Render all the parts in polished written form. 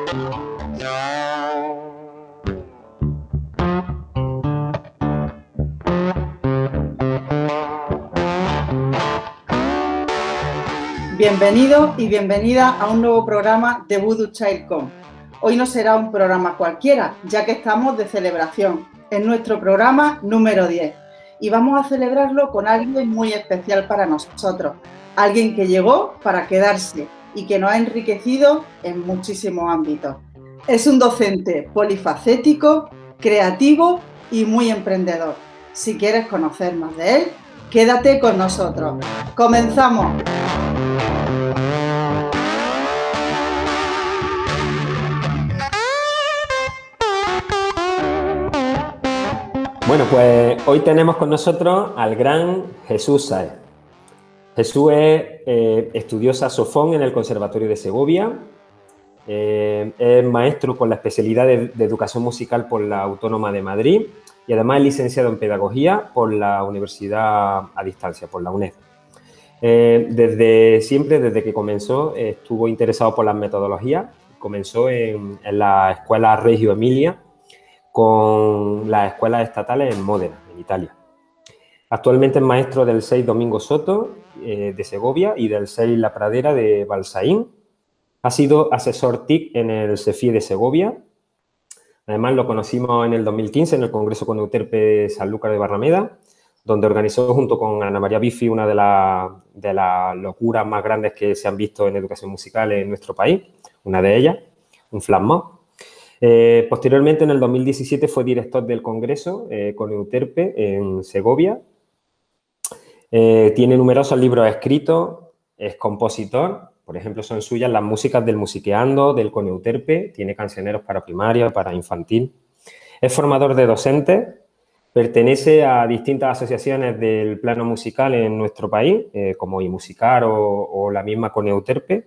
Bienvenido y bienvenida a un nuevo programa de Voodoo Child Com. Hoy no será un programa cualquiera, ya que estamos de celebración. Es nuestro programa número 10 y vamos a celebrarlo con alguien muy especial para nosotros. Alguien que llegó para quedarse y que nos ha enriquecido en muchísimos ámbitos. Es un docente polifacético, creativo y muy emprendedor. Si quieres conocer más de él, quédate con nosotros. ¡Comenzamos! Bueno, pues hoy tenemos con nosotros al gran Jesús Sáez. Jesús estudió saxofón en el Conservatorio de Segovia, es maestro con la especialidad de Educación Musical por la Autónoma de Madrid y además es licenciado en Pedagogía por la Universidad a Distancia, por la UNED. Desde que comenzó, estuvo interesado por las metodologías. Comenzó en la Escuela Reggio Emilia, con las escuelas estatales en Módena, en Italia. Actualmente es maestro del 6 Domingo Soto de Segovia y del 6 La Pradera de Balsaín. Ha sido asesor TIC en el CEFIE de Segovia. Además lo conocimos en el 2015 en el Congreso con Euterpe Sanlúcar de Barrameda, donde organizó junto con Ana María Bifi una de las locuras más grandes que se han visto en educación musical en nuestro país, una de ellas, un flash mob. Posteriormente, en el 2017, fue director del Congreso con Euterpe en Segovia. Tiene numerosos libros escritos, es compositor, por ejemplo, son suyas las músicas del Musiqueando, del Con Euterpe, tiene cancioneros para primaria, para infantil. Es formador de docentes, pertenece a distintas asociaciones del plano musical en nuestro país, como iMusicar o la misma Con Euterpe.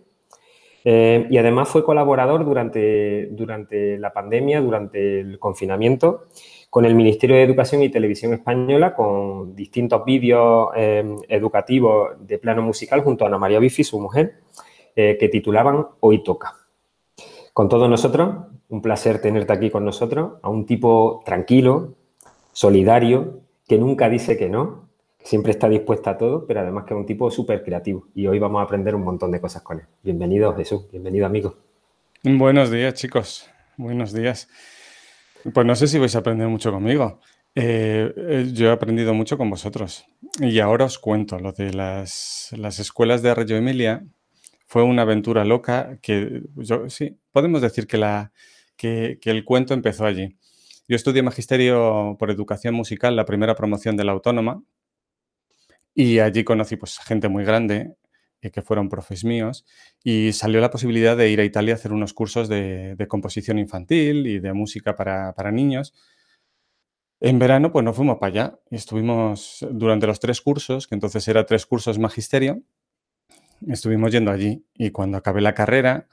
Y además fue colaborador durante la pandemia, durante el confinamiento, con el Ministerio de Educación y Televisión Española, con distintos vídeos educativos de plano musical junto a Ana María Bifi, su mujer, que titulaban Hoy Toca. Con todos nosotros, un placer tenerte aquí con nosotros, a un tipo tranquilo, solidario, que nunca dice que no, que siempre está dispuesta a todo, pero además que es un tipo súper creativo. Y hoy vamos a aprender un montón de cosas con él. Bienvenido, Jesús. Bienvenido, amigo. Buenos días, chicos. Buenos días. Pues no sé si vais a aprender mucho conmigo. Yo he aprendido mucho con vosotros. Y ahora os cuento. Lo de las escuelas de Reggio Emilia fue una aventura loca que sí, podemos decir que el cuento empezó allí. Yo estudié Magisterio por Educación Musical, la primera promoción de la Autónoma, y allí conocí pues, gente muy grande, que fueron profes míos, y salió la posibilidad de ir a Italia a hacer unos cursos de composición infantil y de música para niños. En verano, pues nos fuimos para allá y estuvimos durante los 3 cursos, que entonces eran 3 cursos magisterio, estuvimos yendo allí. Y cuando acabé la carrera,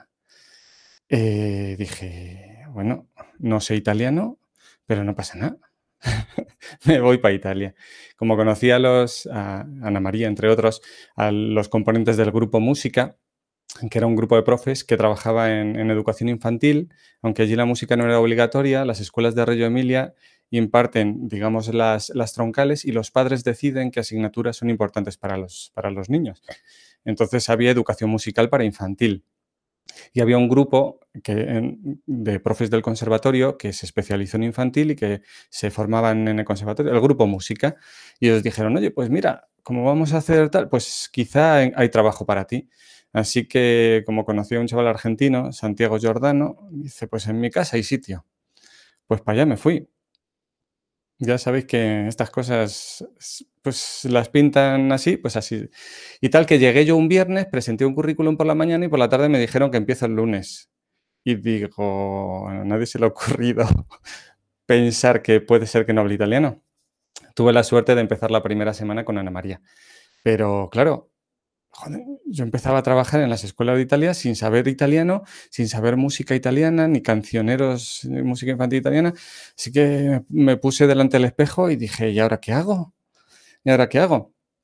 dije, bueno, no sé italiano, pero no pasa nada. Me voy para Italia. Como conocí a Ana María, entre otros, a los componentes del grupo Música, que era un grupo de profes que trabajaba en educación infantil, aunque allí la música no era obligatoria, las escuelas de Reggio Emilia imparten, digamos, las troncales y los padres deciden qué asignaturas son importantes para los niños. Entonces había educación musical para infantil. Y había un grupo de profes del conservatorio que se especializó en infantil y que se formaban en el conservatorio, el grupo Música. Y ellos dijeron, oye, pues mira, como vamos a hacer tal, pues quizá hay trabajo para ti. Así que, como conocí a un chaval argentino, Santiago Giordano, dice, pues en mi casa hay sitio. Pues para allá me fui. Ya sabéis que estas cosas, pues las pintan así, pues así. Y tal que llegué yo un viernes, presenté un currículum por la mañana y por la tarde me dijeron que empiezo el lunes. Y digo, a nadie se le ha ocurrido pensar que puede ser que no hable italiano. Tuve la suerte de empezar la primera semana con Ana María. Pero claro, joder, yo empezaba a trabajar en las escuelas de Italia sin saber italiano, sin saber música italiana, ni cancioneros de música infantil italiana. Así que me puse delante del espejo y dije, ¿y ahora qué hago? ¿Y ahora qué hago?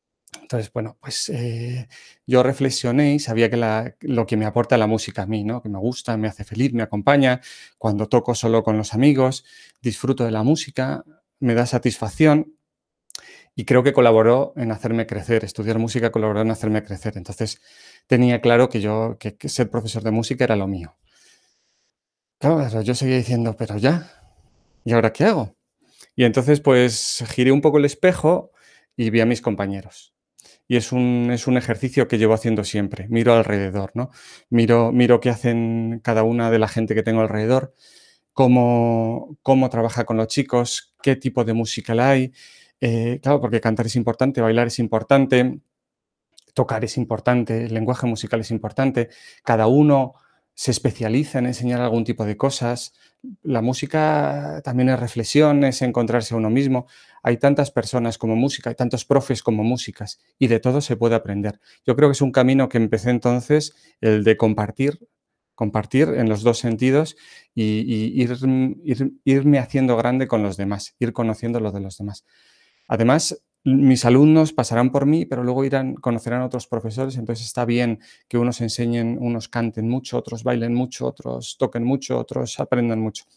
Entonces, bueno, pues yo reflexioné y sabía que lo que me aporta la música a mí, ¿no? Que me gusta, me hace feliz, me acompaña. Cuando toco solo con los amigos, disfruto de la música, me da satisfacción y creo que colaboró en hacerme crecer. Estudiar música colaboró en hacerme crecer. Entonces, tenía claro que ser profesor de música era lo mío. Claro, pero yo seguía diciendo, pero ya, ¿y ahora qué hago? Y entonces, pues, giré un poco el espejo y vi a mis compañeros. Y es un ejercicio que llevo haciendo siempre. Miro alrededor, ¿no? Miro qué hacen cada una de la gente que tengo alrededor, cómo trabaja con los chicos, qué tipo de música la hay. Claro, porque cantar es importante, bailar es importante, tocar es importante, el lenguaje musical es importante. Cada uno se especializa en enseñar algún tipo de cosas. La música también es reflexión, es encontrarse a uno mismo. Hay tantas personas como música, hay tantos profes como músicas y de todo se puede aprender. Yo creo que es un camino que empecé entonces, el de compartir en los dos sentidos y irme haciendo grande con los demás, ir conociendo lo de los demás. Además, mis alumnos pasarán por mí, pero luego conocerán a otros profesores, entonces está bien que unos enseñen, unos canten mucho, otros bailen mucho, otros toquen mucho, otros aprendan mucho.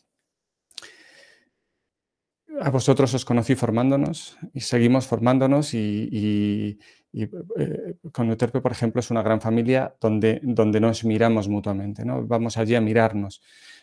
A vosotros os conocí formándonos y seguimos formándonos con Euterpe, por ejemplo, es una gran familia donde nos miramos mutuamente, ¿no? Vamos allí a mirarnos,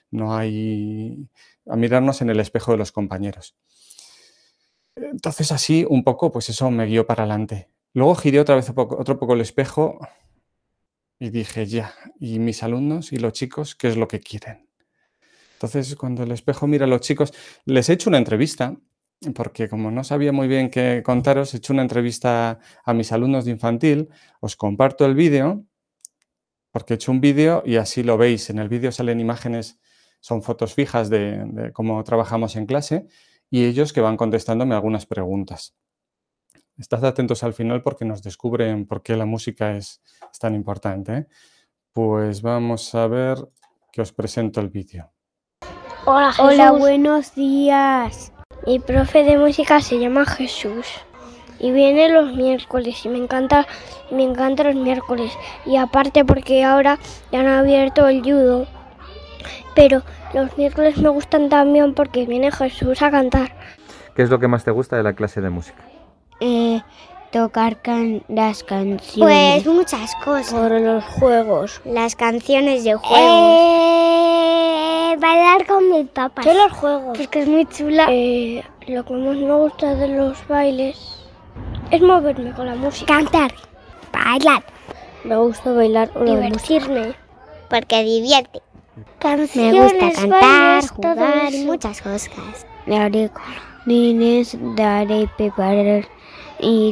a mirarnos en el espejo de los compañeros. Entonces así un poco, pues eso me guió para adelante. Luego giré otra vez otro poco el espejo y dije, ya, ¿y mis alumnos y los chicos qué es lo que quieren? Entonces, cuando el espejo mira a los chicos, les he hecho una entrevista, porque como no sabía muy bien qué contaros, he hecho una entrevista a mis alumnos de infantil, os comparto el vídeo, porque he hecho un vídeo y así lo veis. En el vídeo salen imágenes, son fotos fijas de cómo trabajamos en clase y ellos que van contestándome algunas preguntas. Estad atentos al final porque nos descubren por qué la música es tan importante, ¿eh? Pues vamos a ver que os presento el vídeo. Hola, Jesús. Hola, buenos días. Mi profe de música se llama Jesús y viene los miércoles y me encanta los miércoles. Y aparte porque ahora ya han abierto el judo, pero los miércoles me gustan también porque viene Jesús a cantar. ¿Qué es lo que más te gusta de la clase de música? Tocar las canciones. Pues muchas cosas. Por los juegos. Las canciones de juegos. Bailar con mis papás. Yo los juegos. Porque es muy chula. Lo que más me gusta de los bailes es moverme con la música. Cantar. Bailar. Me gusta bailar o divertirme. Porque divierte. Canciones, me gusta cantar, bailes, jugar y muchas cosas. Daré colorines, daré preparar y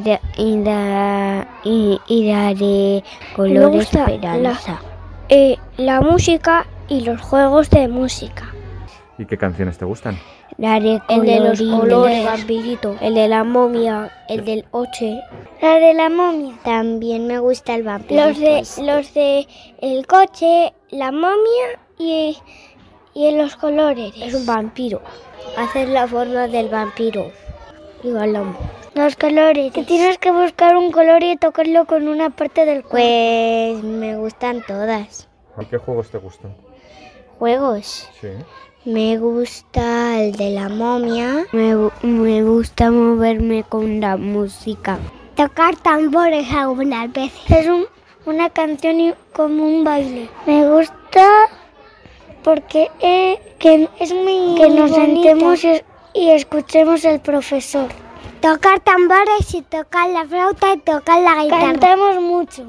daré colores esperanza. La música y los juegos de música. ¿Y qué canciones te gustan? Daré el de los colores, el vampirito, el de la momia, el del Oche. La de la momia. También me gusta el vampirito. Los de el coche, la momia y los colores. Es un vampiro. Hacer la forma del vampiro. Y bailamos. Los colores. Que tienes que buscar un color y tocarlo con una parte del cuerpo. Pues me gustan todas. ¿Y qué juegos te gustan? ¿Juegos? Sí. Me gusta el de la momia. Me gusta moverme con la música. Tocar tambores algunas veces. Es una canción y como un baile. Me gusta porque que es muy que nos bonita. Sentemos y escuchemos al profesor. Tocar tambores y tocar la flauta y tocar la guitarra. Cantamos mucho.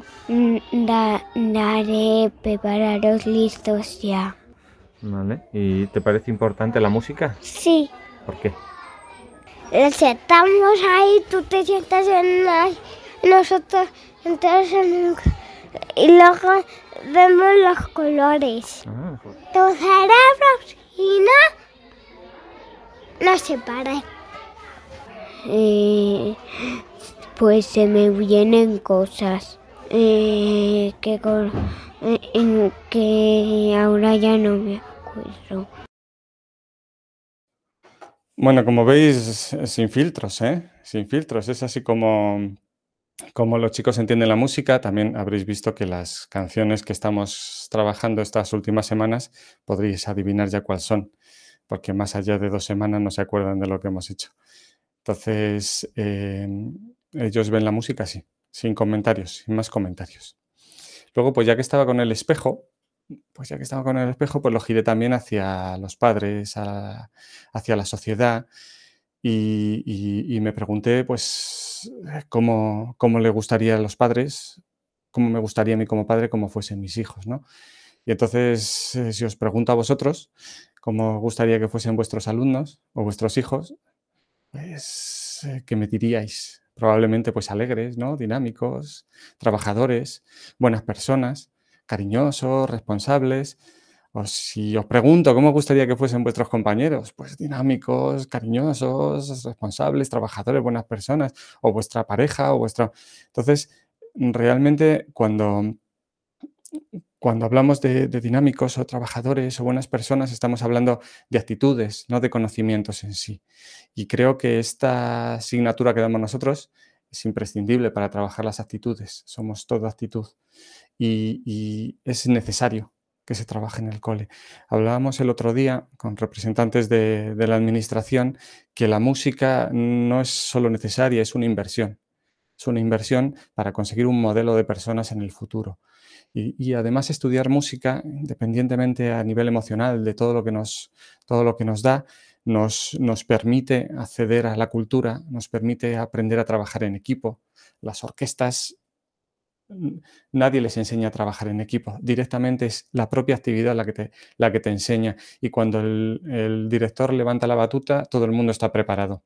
Daré prepararos listos ya. Vale. ¿Y te parece importante la música? Sí. ¿Por qué? Estamos ahí, tú te sientas en los otros, y luego vemos los colores. Tu cerebro y no se para. Pues se me vienen cosas que ahora ya no me acuerdo. Bueno, como veis, sin filtros, ¿eh? Sin filtros. Es así como Como los chicos entienden la música, también habréis visto que las canciones que estamos trabajando estas últimas semanas podréis adivinar ya cuáles son, porque más allá de 2 semanas no se acuerdan de lo que hemos hecho. Entonces, ellos ven la música así, sin comentarios, sin más comentarios. Luego, pues ya que estaba con el espejo, pues lo giré también hacia los padres, hacia la sociedad y me pregunté, pues, cómo le gustaría a los padres, cómo me gustaría a mí como padre, cómo fuesen mis hijos, ¿no? Y entonces, si os pregunto a vosotros cómo os gustaría que fuesen vuestros alumnos o vuestros hijos, pues, ¿qué me diríais? Probablemente, pues, alegres, ¿no? Dinámicos, trabajadores, buenas personas, cariñosos, responsables. O si os pregunto cómo os gustaría que fuesen vuestros compañeros, pues dinámicos, cariñosos, responsables, trabajadores, buenas personas, o vuestra pareja, o vuestra... Entonces, realmente, cuando hablamos de dinámicos o trabajadores o buenas personas, estamos hablando de actitudes, no de conocimientos en sí. Y creo que esta asignatura que damos nosotros es imprescindible para trabajar las actitudes. Somos todo actitud y es necesario que se trabaje en el cole. Hablábamos el otro día con representantes de la administración que la música no es solo necesaria, es una inversión. Es una inversión para conseguir un modelo de personas en el futuro. Y además estudiar música, independientemente a nivel emocional de todo lo que nos da, nos permite acceder a la cultura, nos permite aprender a trabajar en equipo. Las orquestas, nadie les enseña a trabajar en equipo. Directamente es la propia actividad la que te enseña. Y cuando el director levanta la batuta, todo el mundo está preparado.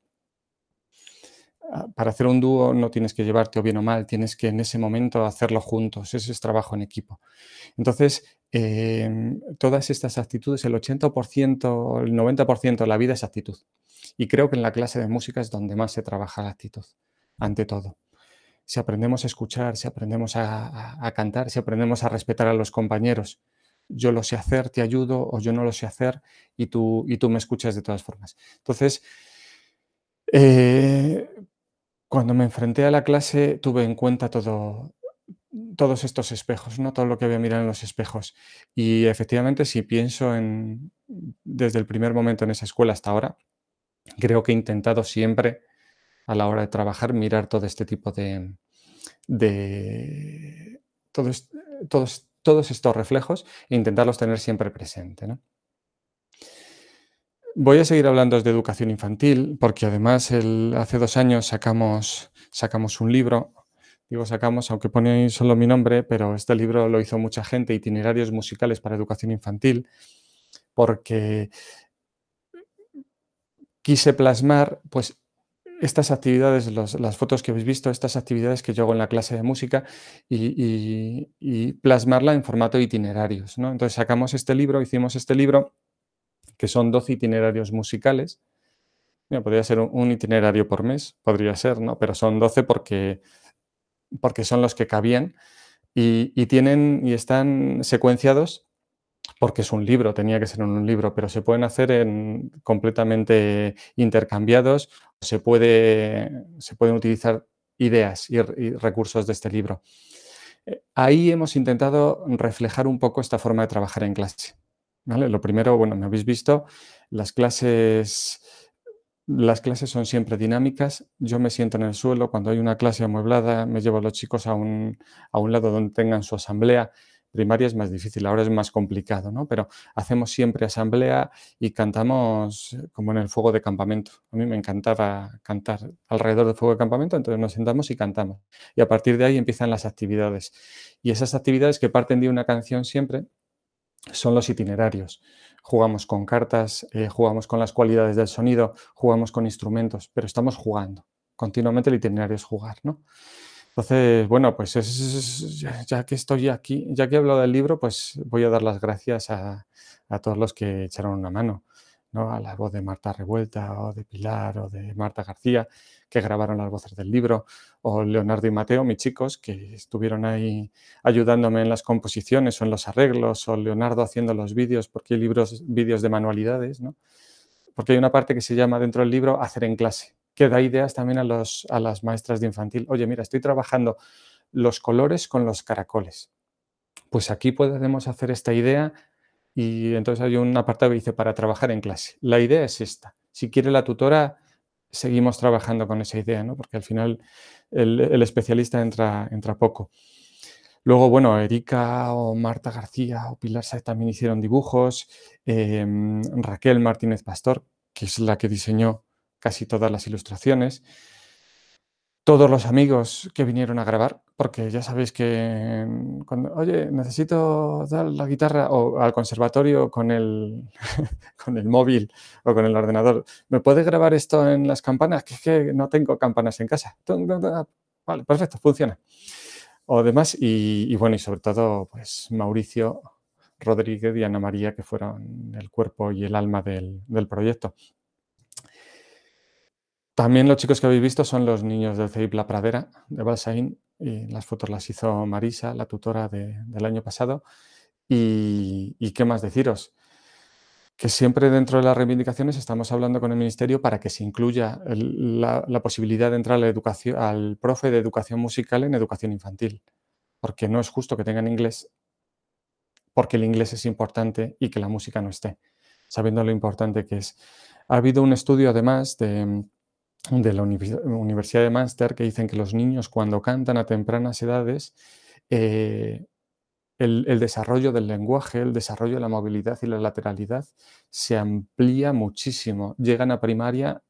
Para hacer un dúo no tienes que llevarte o bien o mal, tienes que en ese momento hacerlo juntos, ese es trabajo en equipo. Entonces, todas estas actitudes, el 80%, el 90% de la vida es actitud. Y creo que en la clase de música es donde más se trabaja la actitud, ante todo. Si aprendemos a escuchar, si aprendemos a cantar, si aprendemos a respetar a los compañeros, yo lo sé hacer, te ayudo, o yo no lo sé hacer y tú me escuchas de todas formas. Entonces, cuando me enfrenté a la clase tuve en cuenta todos estos espejos, ¿no? Todo lo que había mirado en los espejos. Y efectivamente, si pienso desde el primer momento en esa escuela hasta ahora, creo que he intentado siempre, a la hora de trabajar, mirar todo este tipo todos estos reflejos e intentarlos tener siempre presente, ¿no? Voy a seguir hablando de educación infantil, porque además hace 2 años sacamos un libro. Digo sacamos, aunque pone ahí solo mi nombre, pero este libro lo hizo mucha gente, Itinerarios musicales para educación infantil, porque quise plasmar, pues, estas actividades, las fotos que habéis visto, estas actividades que yo hago en la clase de música y plasmarla en formato de itinerarios, ¿no? Entonces sacamos este libro, hicimos este libro, que son 12 itinerarios musicales. Mira, podría ser un itinerario por mes, podría ser, ¿no? Pero son 12 porque son los que cabían y están secuenciados porque es un libro, tenía que ser un libro, pero se pueden hacer completamente intercambiados, se pueden utilizar ideas y recursos de este libro. Ahí hemos intentado reflejar un poco esta forma de trabajar en clase, ¿vale? Lo primero, bueno, me habéis visto, las clases son siempre dinámicas. Yo me siento en el suelo. Cuando hay una clase amueblada, me llevo a los chicos a un lado donde tengan su asamblea. Primaria es más difícil, ahora es más complicado, ¿no? Pero hacemos siempre asamblea y cantamos como en el fuego de campamento. A mí me encantaba cantar alrededor del fuego de campamento, entonces nos sentamos y cantamos. Y a partir de ahí empiezan las actividades. Y esas actividades que parten de una canción siempre son los itinerarios. Jugamos con cartas, jugamos con las cualidades del sonido, jugamos con instrumentos, pero estamos jugando. Continuamente el itinerario es jugar, ¿no? Entonces, bueno, pues ya que estoy aquí, ya que he hablado del libro, pues voy a dar las gracias a todos los que echaron una mano, ¿no? A la voz de Marta Revuelta, o de Pilar, o de Marta García, que grabaron las voces del libro, o Leonardo y Mateo, mis chicos, que estuvieron ahí ayudándome en las composiciones o en los arreglos, o Leonardo haciendo los vídeos, porque hay vídeos de manualidades, ¿no? Porque hay una parte que se llama dentro del libro Hacer en clase, que da ideas también a las maestras de infantil. Oye, mira, estoy trabajando los colores con los caracoles. Pues aquí podemos hacer esta idea y entonces hay un apartado que dice para trabajar en clase. La idea es esta. Si quiere la tutora, seguimos trabajando con esa idea, ¿no? Porque al final el especialista entra poco. Luego, bueno, Erika o Marta García o Pilar Saez también hicieron dibujos. Raquel Martínez Pastor, que es la que diseñó casi todas las ilustraciones. Todos los amigos que vinieron a grabar, porque ya sabéis que cuando, oye, necesito dar la guitarra o al conservatorio con el, con el móvil o con el ordenador, ¿me puedes grabar esto en las campanas? Que es que no tengo campanas en casa. Vale, perfecto, funciona. O demás, y bueno, y sobre todo, pues Mauricio Rodríguez y Ana María, que fueron el cuerpo y el alma del proyecto. También los chicos que habéis visto son los niños del CEIP La Pradera de Balsaín, y las fotos las hizo Marisa, la tutora del año pasado. Y qué más deciros, que siempre dentro de las reivindicaciones estamos hablando con el Ministerio para que se incluya la posibilidad de entrar a la educación, al profe de educación musical en educación infantil, porque no es justo que tengan inglés, porque el inglés es importante y que la música no esté, sabiendo lo importante que es. Ha habido un estudio además de la Universidad de Mánster que dicen que los niños cuando cantan a tempranas edades, el desarrollo del lenguaje, el desarrollo de la movilidad y la lateralidad se amplía muchísimo. Llegan a primaria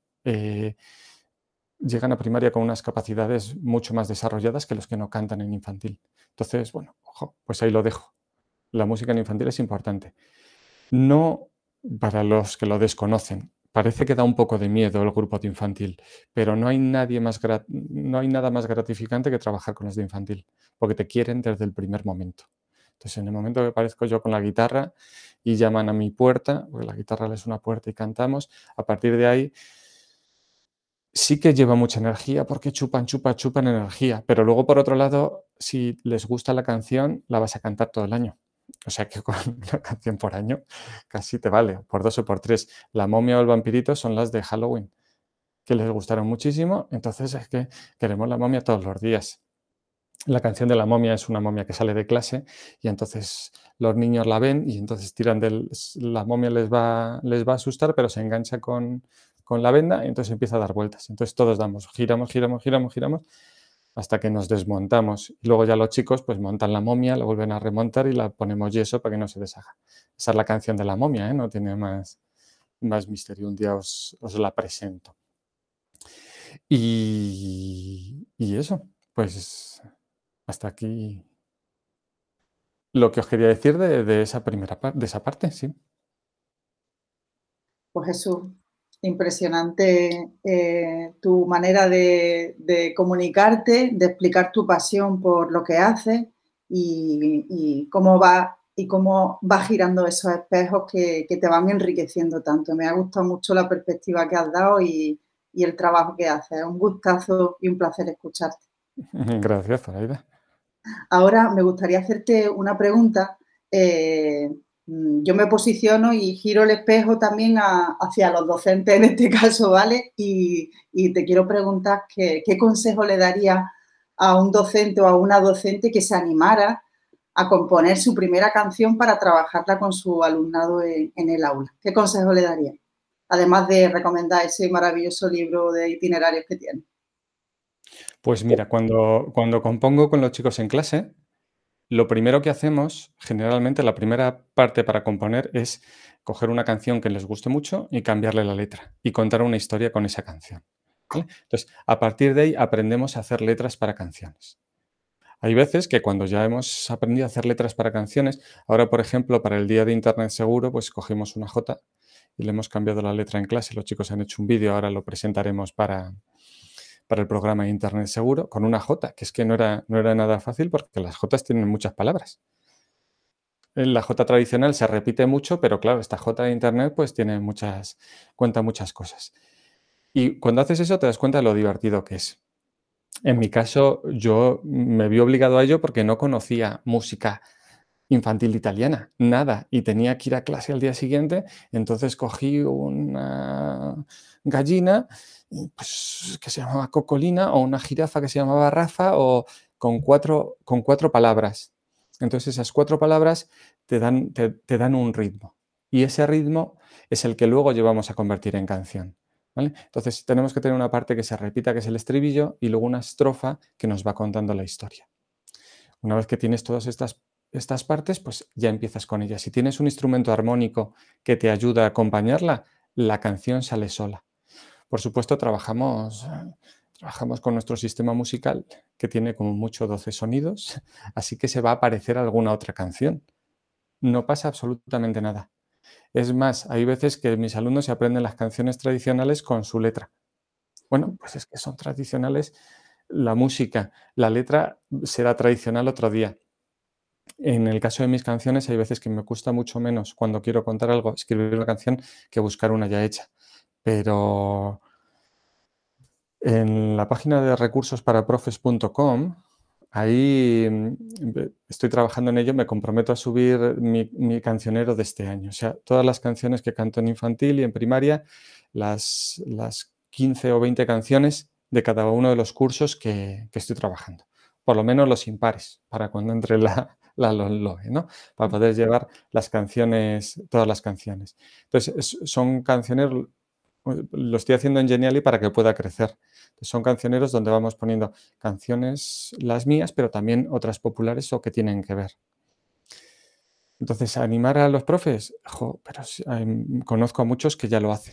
con unas capacidades mucho más desarrolladas que los que no cantan en infantil. Entonces, bueno, ojo, pues ahí lo dejo. La música en infantil es importante. No para los que lo desconocen. Parece que da un poco de miedo el grupo de infantil, pero no hay nada más gratificante que trabajar con los de infantil, porque te quieren desde el primer momento. Entonces, en el momento que aparezco yo con la guitarra y llaman a mi puerta, porque la guitarra es una puerta y cantamos, a partir de ahí sí que lleva mucha energía porque chupan energía, pero luego por otro lado, si les gusta la canción, la vas a cantar todo el año. O sea que con una canción por año casi te vale, por 2 o por 3. La momia o el vampirito son las de Halloween, que les gustaron muchísimo, entonces es que queremos la momia todos los días. La canción de la momia es una momia que sale de clase y entonces los niños la ven y entonces la momia les va a asustar, pero se engancha con la venda y entonces empieza a dar vueltas. Entonces todos giramos hasta que nos desmontamos. Y luego ya los chicos pues montan la momia, la vuelven a remontar y la ponemos yeso para que no se deshaga. Esa es la canción de la momia, ¿eh? No tiene más misterio. Un día os la presento. Y eso, pues hasta aquí lo que os quería decir de esa primera parte, de esa parte, sí. Pues Jesús, impresionante tu manera de comunicarte, de explicar tu pasión por lo que haces y cómo va girando esos espejos que te van enriqueciendo tanto. Me ha gustado mucho la perspectiva que has dado y el trabajo que haces. Un gustazo y un placer escucharte. Gracias, Zoraida. Ahora me gustaría hacerte una pregunta. Yo me posiciono y giro el espejo también hacia los docentes en este caso, ¿vale? Y te quiero preguntar qué consejo le daría a un docente o a una docente que se animara a componer su primera canción para trabajarla con su alumnado en el aula. ¿Qué consejo le daría? Además de recomendar ese maravilloso libro de itinerarios que tiene. Pues mira, cuando compongo con los chicos en clase, lo primero que hacemos, generalmente la primera parte para componer es coger una canción que les guste mucho y cambiarle la letra y contar una historia con esa canción, ¿vale? Entonces, a partir de ahí aprendemos a hacer letras para canciones. Hay veces que cuando ya hemos aprendido a hacer letras para canciones, ahora por ejemplo para el Día de Internet Seguro, pues cogimos una J y le hemos cambiado la letra en clase. Los chicos han hecho un vídeo, ahora lo presentaremos para el programa de Internet Seguro, con una J, que es que no era nada fácil porque las Jotas tienen muchas palabras. La J tradicional se repite mucho, pero claro, esta J de Internet pues cuenta muchas cosas. Y cuando haces eso te das cuenta de lo divertido que es. En mi caso, yo me vi obligado a ello porque no conocía música infantil italiana, nada, y tenía que ir a clase al día siguiente, entonces cogí una gallina pues, que se llamaba Cocolina o una jirafa que se llamaba Rafa o con cuatro palabras. Entonces esas 4 palabras te dan un ritmo y ese ritmo es el que luego llevamos a convertir en canción. ¿Vale? Entonces tenemos que tener una parte que se repita, que es el estribillo, y luego una estrofa que nos va contando la historia. Una vez que tienes todas estas partes, pues ya empiezas con ellas. Si tienes un instrumento armónico que te ayuda a acompañarla, la canción sale sola. Por supuesto, trabajamos con nuestro sistema musical, que tiene como mucho 12 sonidos, así que se va a aparecer alguna otra canción. No pasa absolutamente nada. Es más, hay veces que mis alumnos se aprenden las canciones tradicionales con su letra. Bueno, pues es que son tradicionales la música, la letra será tradicional otro día. En el caso de mis canciones hay veces que me cuesta mucho menos cuando quiero contar algo, escribir una canción que buscar una ya hecha. Pero en la página de recursosparaprofes.com, ahí estoy trabajando en ello, me comprometo a subir mi cancionero de este año. O sea, todas las canciones que canto en infantil y en primaria, las 15 o 20 canciones de cada uno de los cursos que estoy trabajando. Por lo menos los impares, para cuando entre la LOE, ¿no? Para poder llevar las canciones, todas las canciones. Entonces, son cancioneros, lo estoy haciendo en Genially para que pueda crecer. Entonces, son cancioneros donde vamos poniendo canciones, las mías, pero también otras populares o que tienen que ver. Entonces, animar a los profes, pero conozco a muchos que ya lo hacen.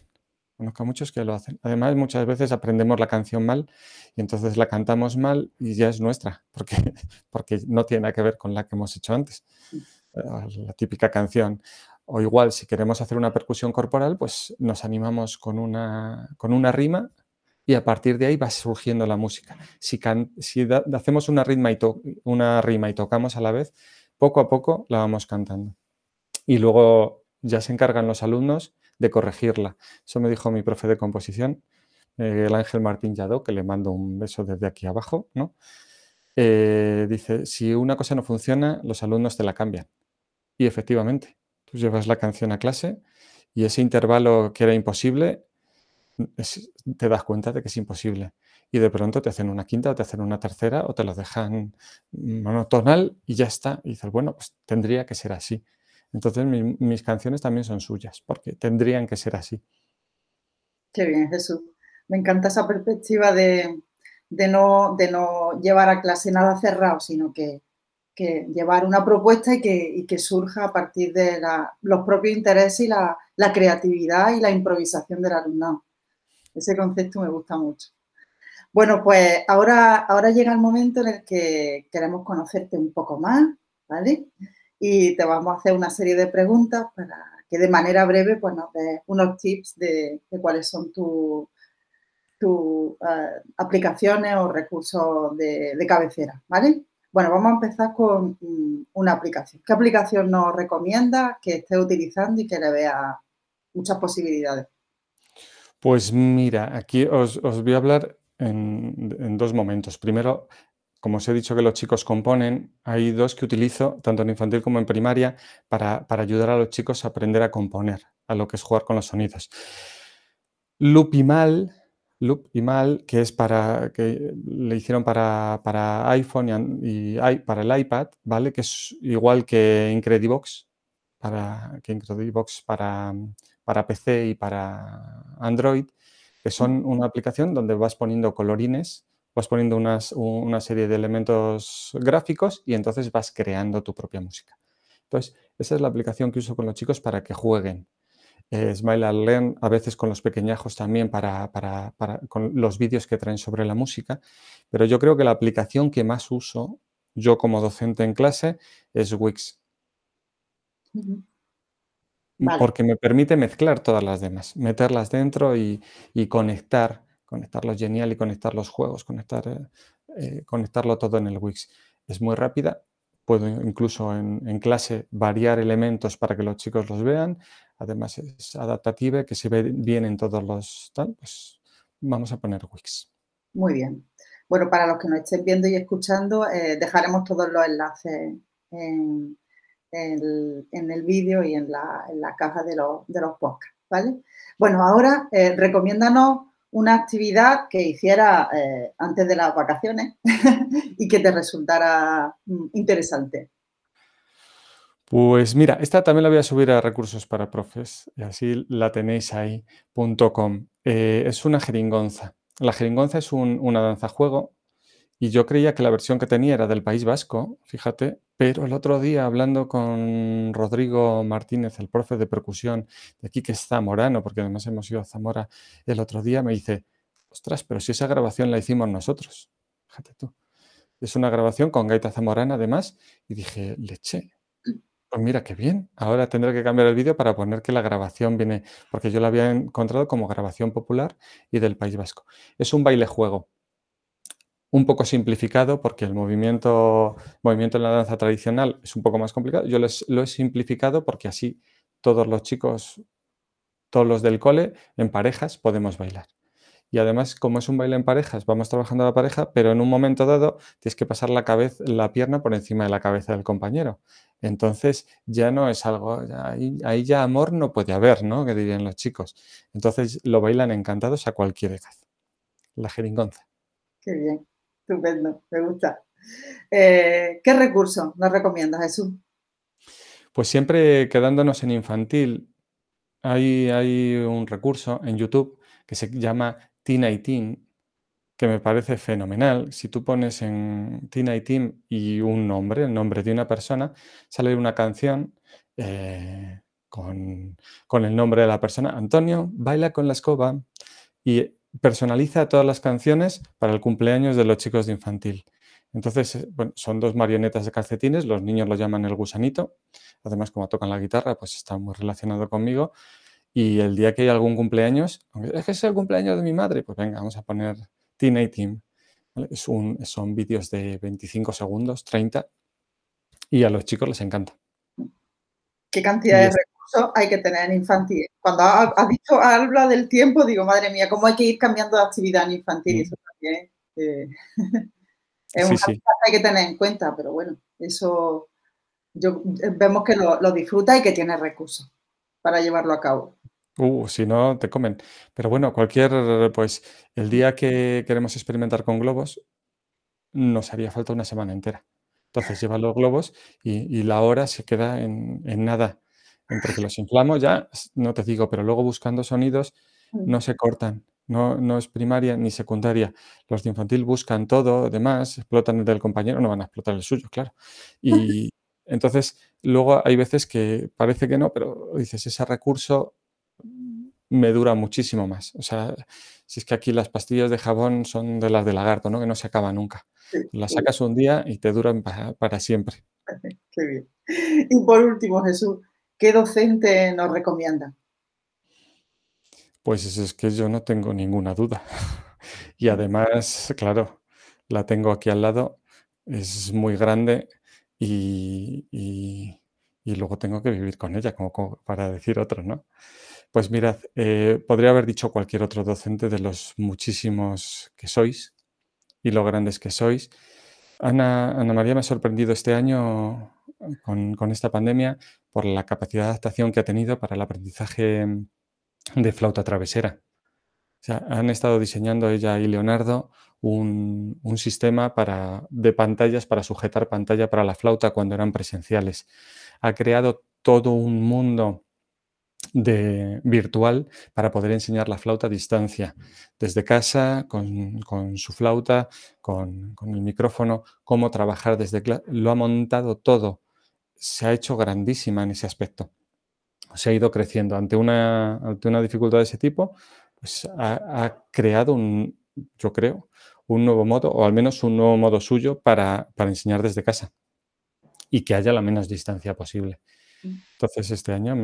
Además, muchas veces aprendemos la canción mal y entonces la cantamos mal y ya es nuestra, porque no tiene nada que ver con la que hemos hecho antes. La típica canción. O igual, si queremos hacer una percusión corporal, pues nos animamos con una rima y a partir de ahí va surgiendo la música. Si hacemos una rima y tocamos a la vez, poco a poco la vamos cantando. Y luego ya se encargan los alumnos de corregirla. Eso me dijo mi profe de composición, el Ángel Martín Lladó, que le mando un beso desde aquí abajo, ¿no? Dice, si una cosa no funciona, los alumnos te la cambian. Y efectivamente, tú llevas la canción a clase y ese intervalo que era imposible, te das cuenta de que es imposible. Y de pronto te hacen una quinta o te hacen una tercera o te lo dejan monotonal y ya está. Y dices, bueno, pues tendría que ser así. Entonces mis canciones también son suyas, porque tendrían que ser así. Qué bien, Jesús. Me encanta esa perspectiva de no llevar a clase nada cerrado, sino que llevar una propuesta y que surja a partir de los propios intereses y la creatividad y la improvisación del alumnado. Ese concepto me gusta mucho. Bueno, pues ahora llega el momento en el que queremos conocerte un poco más, ¿vale? Y te vamos a hacer una serie de preguntas para que de manera breve pues, nos des unos tips de cuáles son tus aplicaciones o recursos de cabecera, ¿vale? Bueno, vamos a empezar con una aplicación. ¿Qué aplicación nos recomiendas que estés utilizando y que le veas muchas posibilidades? Pues mira, aquí os voy a hablar en 2 momentos. Primero, como os he dicho que los chicos componen, hay 2 que utilizo, tanto en infantil como en primaria, para ayudar a los chicos a aprender a componer, a lo que es jugar con los sonidos. Loopimal, que es que le hicieron para iPhone y para el iPad, ¿vale? Que es igual que Incredibox, para PC y para Android, que son una aplicación donde vas poniendo colorines, vas poniendo una serie de elementos gráficos y entonces vas creando tu propia música. Entonces, esa es la aplicación que uso con los chicos para que jueguen. Smile and Learn, a veces con los pequeñajos también con los vídeos que traen sobre la música, pero yo creo que la aplicación que más uso yo como docente en clase es Wix. Vale. Porque me permite mezclar todas las demás, meterlas dentro y conectarlos Genial y conectar los juegos, conectarlo todo en el Wix. Es muy rápida, puedo incluso en clase variar elementos para que los chicos los vean, además es adaptativa, que se ve bien en todos los pues vamos a poner Wix. Muy bien. Bueno, para los que nos estén viendo y escuchando, dejaremos todos los enlaces en en el vídeo y en la caja de los podcasts, ¿vale? Bueno, ahora recomiéndanos una actividad que hicieras antes de las vacaciones y que te resultara interesante. Pues mira, esta también la voy a subir a Recursos para Profes, y así la tenéis ahí, .com. Es una jeringonza. La jeringonza es una danza-juego y yo creía que la versión que tenía era del País Vasco, fíjate, pero el otro día hablando con Rodrigo Martínez, el profe de percusión de aquí, que es zamorano, porque además hemos ido a Zamora el otro día, me dice, ostras, pero si esa grabación la hicimos nosotros, fíjate tú. Es una grabación con gaita zamorana además y dije, leche. Pues mira, qué bien. Ahora tendré que cambiar el vídeo para poner que la grabación viene, porque yo la había encontrado como grabación popular y del País Vasco. Es un baile-juego, un poco simplificado porque el movimiento en la danza tradicional es un poco más complicado. Yo lo he simplificado porque así todos los chicos, todos los del cole, en parejas podemos bailar. Y además, como es un baile en parejas, vamos trabajando la pareja, pero en un momento dado tienes que pasar la pierna por encima de la cabeza del compañero. Entonces ya no es algo, ahí ya amor no puede haber, ¿no? Que dirían los chicos. Entonces lo bailan encantados a cualquier edad. La jeringonza. Qué bien, estupendo, me gusta. ¿Qué recursos nos recomiendas, Jesús? Pues siempre quedándonos en infantil, hay un recurso en YouTube que se llama Teen 18, que me parece fenomenal. Si tú pones en Teen 18 y un nombre, el nombre de una persona, sale una canción con el nombre de la persona. Antonio baila con la escoba y personaliza todas las canciones para el cumpleaños de los chicos de infantil. Entonces, bueno, son dos marionetas de calcetines, los niños lo llaman el gusanito. Además, como tocan la guitarra, pues está muy relacionado conmigo. Y el día que hay algún cumpleaños, aunque es que es el cumpleaños de mi madre, pues venga, vamos a poner Teen 18. ¿Vale? Son vídeos de 25 segundos, 30, y a los chicos les encanta. ¿Qué cantidad de recursos hay que tener en infantil? Cuando has dicho, habla del tiempo, digo, madre mía, cómo hay que ir cambiando de actividad en infantil. Eso también es una cosa que hay que tener en cuenta, pero bueno, eso vemos que lo disfruta y que tiene recursos para llevarlo a cabo. Si no, te comen. Pero bueno, pues el día que queremos experimentar con globos, nos haría falta una semana entera. Entonces lleva los globos y la hora se queda en nada. Entre que los inflamos ya, no te digo, pero luego buscando sonidos no se cortan. No es primaria ni secundaria. Los de infantil buscan todo, demás, explotan el del compañero, no van a explotar el suyo, claro. Y entonces luego hay veces que parece que no, pero dices, ese recurso me dura muchísimo más. O sea, si es que aquí las pastillas de jabón son de las de lagarto, ¿no? Que no se acaban nunca. Las sacas un día y te duran para siempre. Qué bien. Y por último, Jesús, ¿qué docente nos recomienda? Pues es que yo no tengo ninguna duda. Y además, claro, la tengo aquí al lado, es muy grande y luego tengo que vivir con ella, como para decir otro, ¿no? Pues mirad, podría haber dicho cualquier otro docente de los muchísimos que sois y lo grandes que sois. Ana María me ha sorprendido este año con esta pandemia por la capacidad de adaptación que ha tenido para el aprendizaje de flauta travesera. O sea, han estado diseñando ella y Leonardo un sistema de pantallas para sujetar pantalla para la flauta cuando eran presenciales. Ha creado todo un mundo virtual para poder enseñar la flauta a distancia, desde casa, con su flauta, con el micrófono, cómo trabajar lo ha montado todo. Se ha hecho grandísima en ese aspecto. Se ha ido creciendo. Ante una dificultad de ese tipo, pues ha creado yo creo, un nuevo modo, o al menos un nuevo modo suyo para enseñar desde casa y que haya la menos distancia posible. Entonces, este año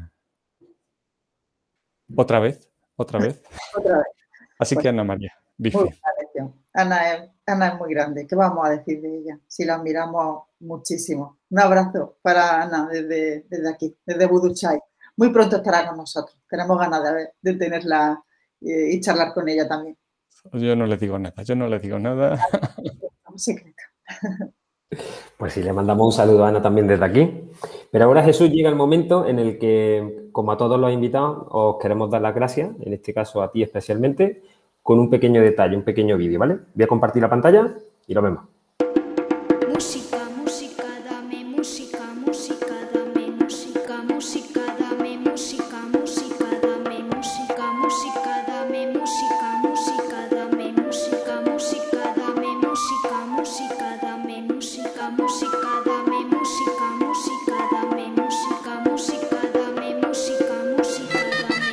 Otra vez. Otra vez. Así pues, que Ana María, bici. Ana es muy grande. ¿Qué vamos a decir de ella? Si la admiramos muchísimo. Un abrazo para Ana desde aquí, desde Voodoo Child. Muy pronto estará con nosotros. Tenemos ganas de tenerla y charlar con ella también. Yo no le digo nada. Un secreto. Pues sí, le mandamos un saludo a Ana también desde aquí. Pero ahora, Jesús, llega el momento en el que, como a todos los invitados, os queremos dar las gracias, en este caso a ti especialmente, con un pequeño detalle, un pequeño vídeo, ¿vale? Voy a compartir la pantalla y lo vemos. Música, música, dame música, música, dame música, música, dame música, música, dame música, música, dame música, música, dame música, música, dame música, música, dame música, música, dame música, música, dame música, música, dame música, música, dame.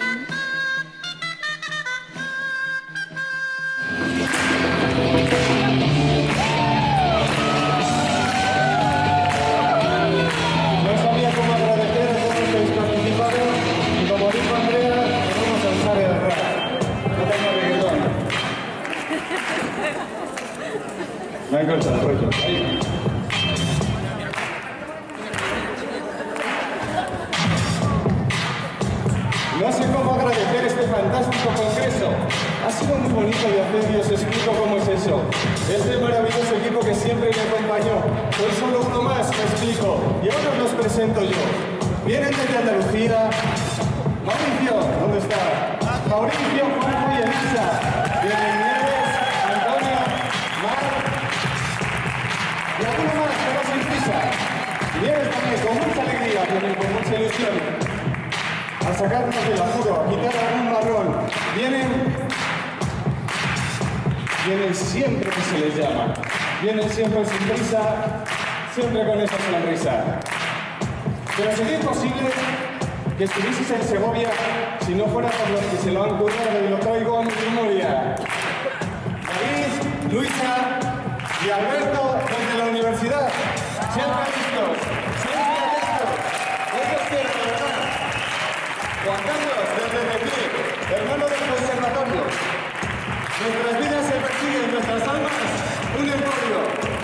No sabía cómo agradecer a todos los que habéis participado y como dijo Andrea, tenemos a usar el rap. No tengo reggaetón. Me han cortado el rollo. No sé cómo agradecer este fantástico congreso. Ha sido muy bonito de hacer y os explico cómo es eso. Este maravilloso equipo que siempre me acompañó. Soy solo uno más, me explico. Y ahora os los presento yo. Vienen desde Andalucía. Mauricio, ¿dónde está? Mauricio, Juanjo y Elisa. Vienen Nieves, Antonio, Mar. Y alguno más, pero sin prisa. Vienen también con mucha alegría, vienen con mucha ilusión. A sacarnos del apuro, a quitar algún marrón. Vienen siempre que se les llama. Vienen siempre sin prisa, siempre con esa sonrisa. Pero sería imposible que estuvieseis en Segovia si no fuera por los que se lo han currado y lo traigo a mi memoria. David, Luisa y Alberto desde la universidad. Siempre listos, siempre atentos. Eso es cierto, ¿verdad? Juan Carlos, desde Madrid, hermano del conservatorio. Nuestras vidas se persiguen, nuestras almas, un emporio.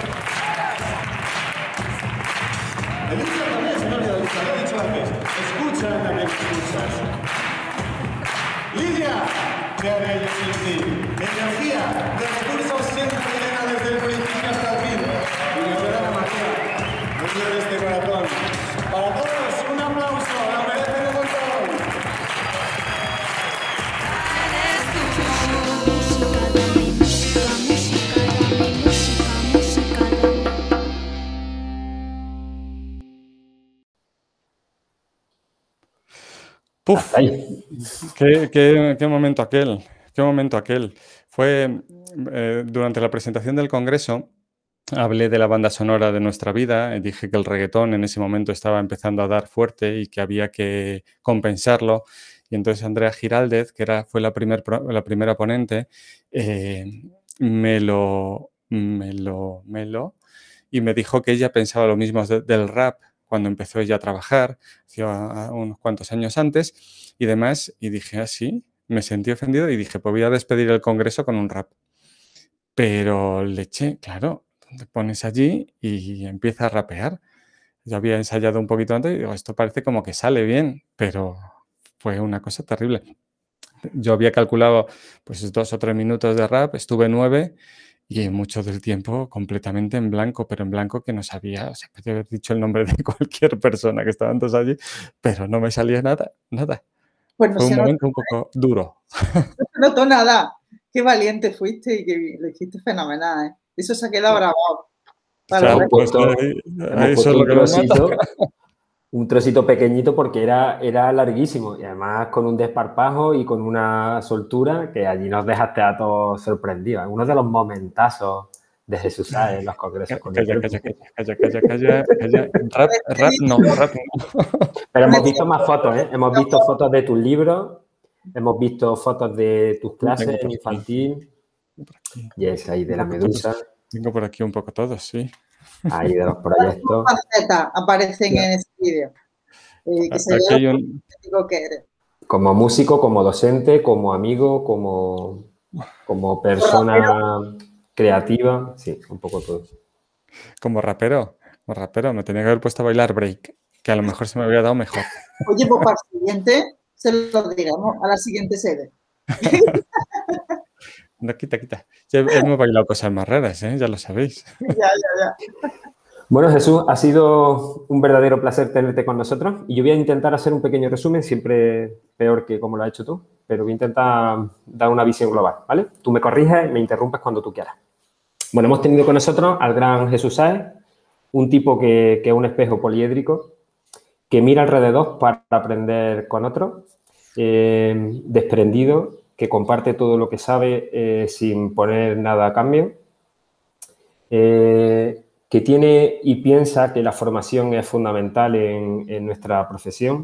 Elisa también, se me ha olvidado, Elisa, lo he dicho antes. Escucha también escuchas. Lidia, ¿qué haré yo sin ti? Energía, de recursos siempre llena desde el principio hasta el fin. Y nuestra Ana María, mujer de este corazón. Para todos, un aplauso, la merecen un montón. ¡Puf! ¿Qué momento aquel? ¿Qué momento aquel? Fue durante la presentación del Congreso, hablé de la banda sonora de nuestra vida, dije que el reggaetón en ese momento estaba empezando a dar fuerte y que había que compensarlo. Y entonces Andrea Giraldez, que fue la primera ponente, me lo y me dijo que ella pensaba lo mismo del rap cuando empezó ella a trabajar, hacía unos cuantos años antes y demás, y dije, ah, sí, me sentí ofendido y dije, pues voy a despedir el congreso con un rap. Pero le eché, claro, te pones allí y empieza a rapear. Yo había ensayado un poquito antes y digo, esto parece como que sale bien, pero fue una cosa terrible. Yo había calculado pues 2 o 3 minutos de rap, estuve 9 y mucho del tiempo completamente en blanco, pero en blanco que no sabía, o sea, podía haber dicho el nombre de cualquier persona que estaban todos allí, pero no me salía nada. Pues no fue un momento un poco duro. No se notó nada. Qué valiente fuiste y que lo hiciste fenomenal, ¿eh? Eso se ha quedado grabado. Hemos puesto un trocito pequeñito porque era larguísimo y además con un desparpajo y con una soltura que allí nos dejaste a todos sorprendidos. Uno de los momentazos de Jesús Sáez en los congresos. Calla. Rap no. Pero hemos visto más fotos, ¿eh? Hemos visto fotos de tus libros, hemos visto fotos de tus clases en infantil y es ahí de la Medusa. Tengo por aquí un poco todos, sí. Ahí de los proyectos. Aparecen en ese vídeo. Que se vea lo que eres. Como músico, como docente, como amigo, como persona creativa, sí, un poco todo. Como rapero, me tenía que haber puesto a bailar break, que a lo mejor se me habría dado mejor. Oye, pues para el siguiente se lo diremos a la siguiente sede. No, quita. Ya hemos bailado cosas más raras, ¿eh? Ya lo sabéis. Ya. Bueno, Jesús, ha sido un verdadero placer tenerte con nosotros y yo voy a intentar hacer un pequeño resumen, siempre peor que como lo has hecho tú, pero voy a intentar dar una visión global, ¿vale? Tú me corriges, me interrumpes cuando tú quieras. Bueno, hemos tenido con nosotros al gran Jesús Sáez, un tipo que es un espejo poliédrico, que mira alrededor para aprender con otros, desprendido, que comparte todo lo que sabe sin poner nada a cambio, que tiene y piensa que la formación es fundamental en nuestra profesión,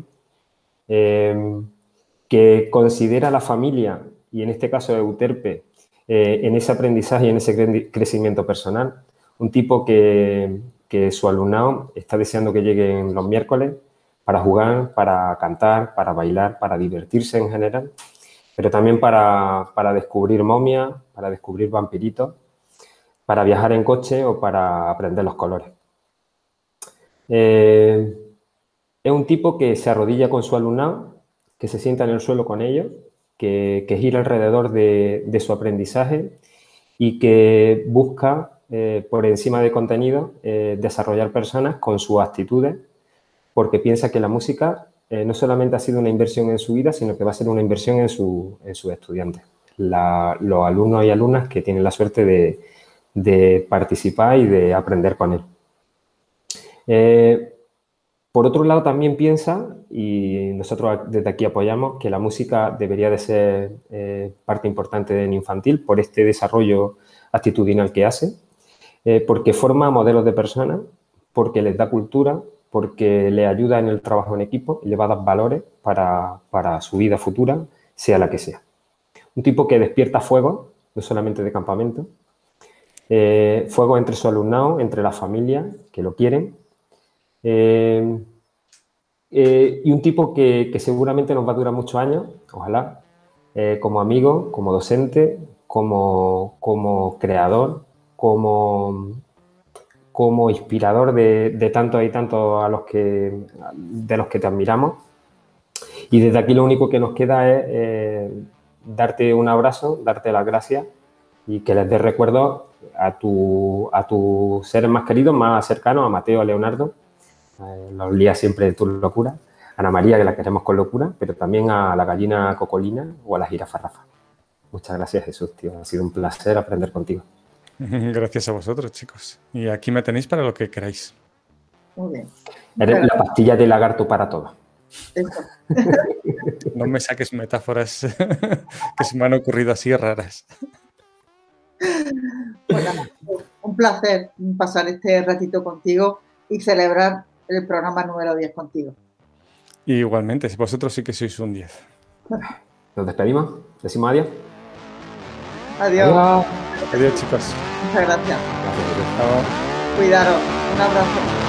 que considera a la familia, y en este caso Euterpe, en ese aprendizaje y en ese crecimiento personal. Un tipo que su alumnado está deseando que lleguen los miércoles para jugar, para cantar, para bailar, para divertirse en general, pero también para descubrir momias, para descubrir vampiritos, para viajar en coche o para aprender los colores. Es un tipo que se arrodilla con su alumnado, que se sienta en el suelo con ellos, que gira alrededor de su aprendizaje y que busca, por encima de contenido, desarrollar personas con sus actitudes, porque piensa que la música no solamente ha sido una inversión en su vida, sino que va a ser una inversión en sus estudiantes. Los alumnos y alumnas que tienen la suerte de participar y de aprender con él. Por otro lado, también piensa, y nosotros desde aquí apoyamos, que la música debería de ser parte importante en infantil por este desarrollo actitudinal que hace, porque forma modelos de personas, porque les da cultura, porque les ayuda en el trabajo en equipo y le va a dar valores para su vida futura, sea la que sea. Un tipo que despierta fuego, no solamente de campamento, fuego entre su alumnado, entre la familia, que lo quieren, y un tipo que seguramente nos va a durar muchos años, ojalá, como amigo, como docente, como creador, como inspirador de tantos y tantos de los que te admiramos. Y desde aquí lo único que nos queda es darte un abrazo, darte las gracias y que les des recuerdos a tus seres más queridos, más cercanos, a Mateo, a Leonardo, los lías siempre de tu locura, a Ana María, que la queremos con locura, pero también a la gallina Cocolina o a la jirafa Rafa. Muchas gracias, Jesús, tío. Ha sido un placer aprender contigo. Gracias a vosotros, chicos. Y aquí me tenéis para lo que queráis. Muy bien. Eres la pastilla de lagarto para todo. Eso. No me saques metáforas que se me han ocurrido así raras. Bueno, un placer pasar este ratito contigo y celebrar el programa número 10 contigo. Y igualmente, vosotros sí que sois un 10. Nos despedimos, decimos adiós. Adiós. Adiós, chicos. Muchas gracias. Gracias. Cuidaros. Un abrazo.